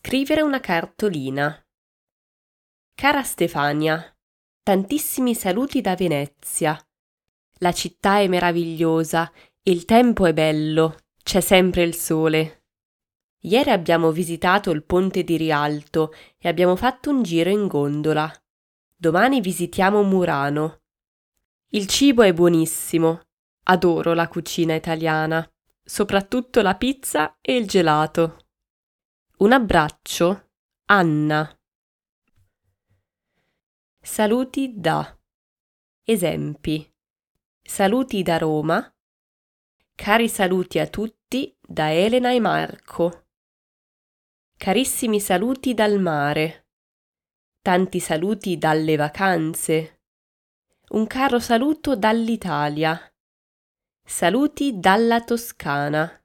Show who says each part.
Speaker 1: Scrivere una cartolina. Cara Stefania, tantissimi saluti da Venezia. La città è meravigliosa, il tempo è bello, c'è sempre il sole. Ieri abbiamo visitato il ponte di Rialto e abbiamo fatto un giro in gondola. Domani visitiamo Murano. Il cibo è buonissimo. Adoro la cucina italiana, soprattutto la pizza e il gelato. Un abbraccio, Anna. Saluti da. Esempi. Saluti da Roma. Cari saluti a tutti da Elena e Marco. Carissimi saluti dal mare. Tanti saluti dalle vacanze. Un caro saluto dall'Italia. Saluti dalla Toscana.